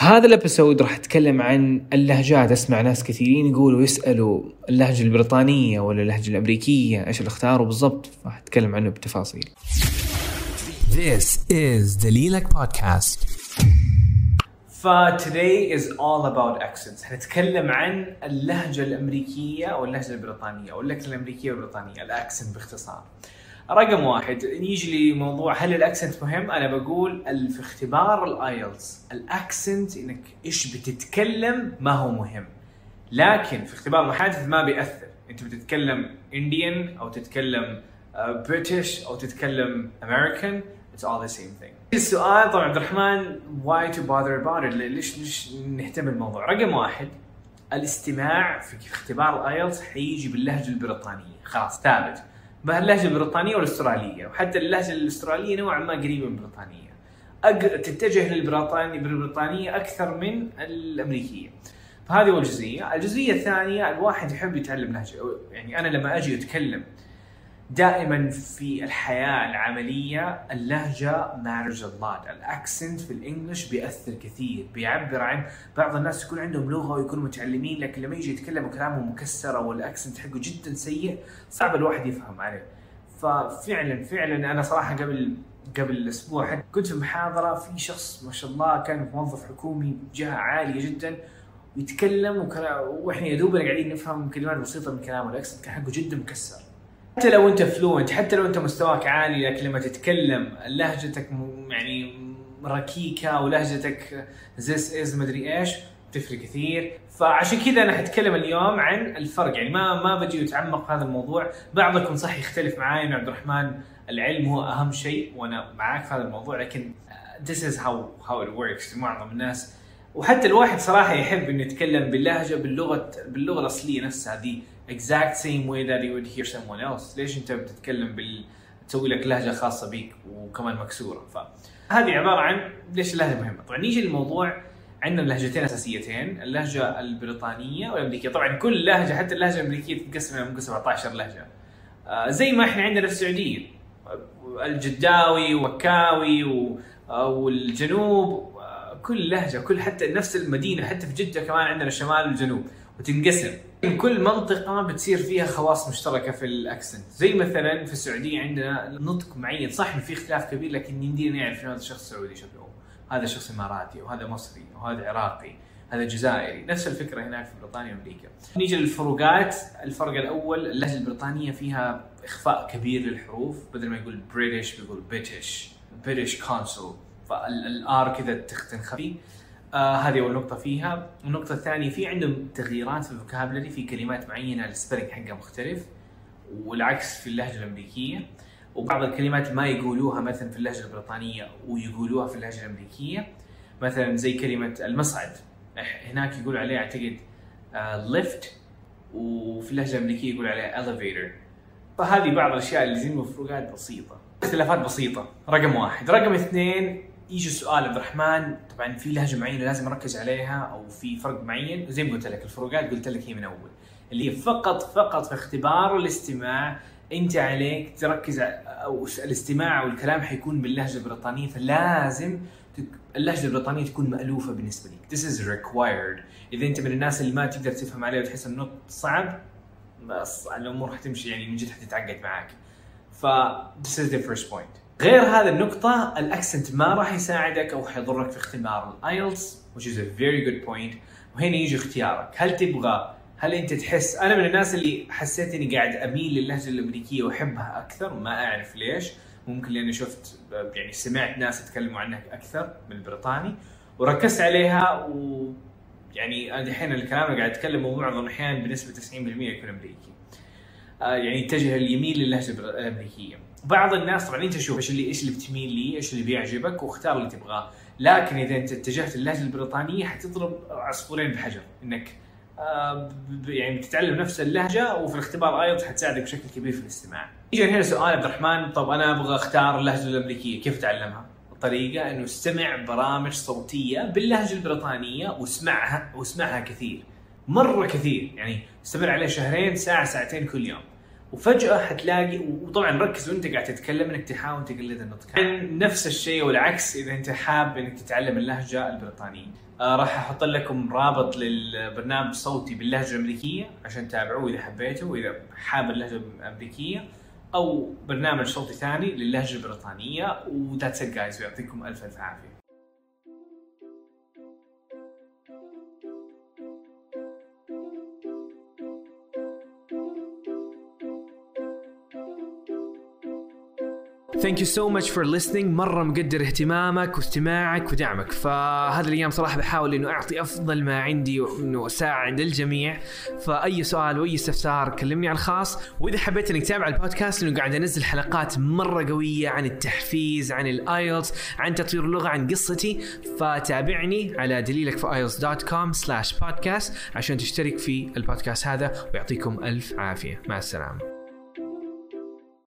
هذا الابيسود راح اتكلم عن اللهجات. اسمع ناس كثيرين يقولوا يسألوا اللهجة البريطانية ولا اللهجة الأمريكية ايش اللي اختاروا بالضبط، راح اتكلم عنه بتفاصيل. This is the Lilac Podcast. Today is all about accents. هنتكلم عن اللهجة الأمريكية أو اللهجة البريطانية أو اللهجة الأمريكية والبريطانية، الأكسنت باختصار. رقم واحد يجي لي موضوع هل الأكسنت مهم؟ أنا بقول في اختبار الآيلتس الأكسنت إنك إيش بتتكلم ما هو مهم، لكن في اختبار المحادثة ما بيأثر. أنت بتتكلم Indian أو تتكلم British أو تتكلم American، it's all the same thing. السؤال طبعا عبد الرحمن why to bother about it؟ ليش نهتم بالموضوع؟ رقم واحد الاستماع في اختبار الآيلتس حيجي باللهجة البريطانية، خلاص ثابت. ما اللهجة البريطانية والأسترالية، وحتى اللهجة الأسترالية نوعا ما قريبة من البريطانية، تتجه للبريطانية أكثر من الأمريكية. فهذه أول جزئية. الجزئية الثانية الواحد يحب يتعلم لهجة، يعني أنا لما أجي أتكلم دائما في الحياة العملية اللهجة matters a lot. الأكسنت في الإنجليش بيأثر كثير، بيعبر عن بعض الناس يكون عندهم لغة ويكونوا متعلمين، لكن لما يجي يتكلم كلامه مكسر أو الأكسنت حقه جدا سيء صعب الواحد يفهم عليه. ففعلا أنا صراحة قبل أسبوع كنت في محاضرة في شخص ما شاء الله كان موظف حكومي جهة عالية جدا ويتكلم وإحنا يدوبنا قاعدين نفهم كلمات بسيطة من كلامه، الأكسنت كان حقه جدا مكسر. حتى لو انت فلوينت، حتى لو انت مستواك عالي، لكن لما تتكلم لهجتك يعني ركيكة ولهجتك this is مدري ايش تفرق كثير. فعشان كذا انا حتكلم اليوم عن الفرق، يعني ما بجي اتعمق في هذا الموضوع. بعضكم صح يختلف معاي انه عبد الرحمن العلم هو اهم شيء، وانا معاك في هذا الموضوع، لكن this is how it works معظم الناس. وحتى الواحد صراحة يحب انه يتكلم باللهجة باللغة الأصلية نفسها، دي exact same way that you would hear someone else. ليش انت بتتكلم تسوي لك لهجة خاصة بيك وكمان مكسورة؟ فهذه عبارة عن ليش اللهجة مهمة. طبعا نيجي للموضوع، عندنا لهجتين أساسيتين، اللهجة البريطانية والأمريكية. طبعا كل لهجة حتى اللهجة الأمريكية تتقسم إلى ممكن 17 لهجة، زي ما احنا عندنا في السعودية الجداوي ومكاوي والجنوب، كل لهجة، كل حتى نفس المدينة، حتى في جدة كمان عندنا الشمال والجنوب وتنقسم. كل منطقة بتصير فيها خواص مشتركة في الأكسنت. زي مثلا في السعودية عندنا نطق معين، صح إنه في اختلاف كبير، لكن يمدينا نعرف إنه هذا شخص سعودي شكله، هذا شخص إماراتي، وهذا مصري، وهذا عراقي، هذا جزائري. نفس الفكرة هناك في بريطانيا وأمريكا. نيجي للفروقات. الفرق الأول اللهجة البريطانية فيها إخفاء كبير للحروف، بدل ما يقول بريتش بيقول بريتش كونسول، فالآر كذا تنخفي. هذه أول نقطة فيها. النقطة الثانية في عندهم تغييرات في الفوكابلري، في كلمات معينة السبيلنج حقها مختلف، والعكس في اللهجة الأمريكية. وبعض الكلمات ما يقولوها مثلا في اللهجة البريطانية ويقولوها في اللهجة الأمريكية، مثلا زي كلمة المصعد هناك يقول عليها أعتقد lift، وفي اللهجة الأمريكية يقول عليها elevator. فهذه بعض الأشياء اللي زي مفروقات بسيطة، اختلافات بسيطة. رقم واحد. رقم اثنين يجي السؤال عبد الرحمن، طبعا في لهجة معينة لازم أركز عليها أو في فرق معين؟ زي ما قلت لك الفروقات قلت لك هي من أول، اللي هي فقط في اختبار الاستماع أنت عليك تركز، أو الاستماع والكلام حيكون باللهجة البريطانية، فلازم اللهجة البريطانية تكون مألوفة بالنسبة لك. This is required. إذا أنت من الناس اللي ما تقدر تفهم عليه وتحس النطق صعب، بس الأمور حتمشي يعني من جد حتتعقد معاك. this is the first point. غير هذا النقطة الأكسنت ما راح يساعدك أو حيضرك في اختبار الآيلتس، which is a very good point. وهنا يجي اختيارك، هل أنت تحس؟ أنا من الناس اللي حسيت إني قاعد أميل للهجة الأمريكية وأحبها أكثر، وما أعرف ليش. ممكن لأني شفت يعني سمعت ناس يتكلموا عنها أكثر من البريطاني وركزت عليها، ويعني الحين الكلام اللي قاعد أتكلمه معظم الأحيان بنسبة 90% يكون أمريكي، يعني اتجه اليمين للهجة الأمريكية. بعض الناس طبعا انت شوف ايش اللي بتميل ليه، ايش اللي بيعجبك واختار اللي تبغاه. لكن اذا انت اتجهت للهجة البريطانية حتضرب عصفورين بحجر، انك يعني بتتعلم نفس اللهجة، وفي الاختبار ايضا حتساعدك بشكل كبير في الاستماع. يجي هنا سؤال عبد الرحمن، طب انا ابغى اختار اللهجة الأمريكية، كيف اتعلمها؟ الطريقة انه استمع برامج صوتية باللهجة البريطانية واسمعها كثير، مرة كثير، يعني استمر عليه شهرين، ساعة ساعتين كل يوم، وفجأة حتلاقي، وطبعا ركز وانت قاعد تتكلم انك تحاول تقلد النطق. نفس الشيء والعكس اذا انت حاب انك تتعلم اللهجة البريطانية. راح احط لكم رابط للبرنامج صوتي باللهجة الامريكية عشان تتابعوه اذا حبيته، واذا حاب اللهجة الامريكية، او برنامج صوتي ثاني للهجة البريطانية. وذاتس ات جايز، ويعطيكم الف عافية. Thank you so much for listening. مرة مقدر اهتمامك واستماعك ودعمك. فهذه الأيام صراحة بحاول إنه أعطي أفضل ما عندي وإنه أساعد الجميع. فأي سؤال وأي استفسار كلمني على الخاص. وإذا حبيت إنك تتابع البودكاست لأنه قاعد أنزل حلقات مرة قوية عن التحفيز، عن الآيلتس، عن تطوير اللغة، عن قصتي، فتابعني على dalilakfoielts.com/podcast عشان تشترك في البودكاست هذا. ويعطيكم ألف عافية. مع السلامة.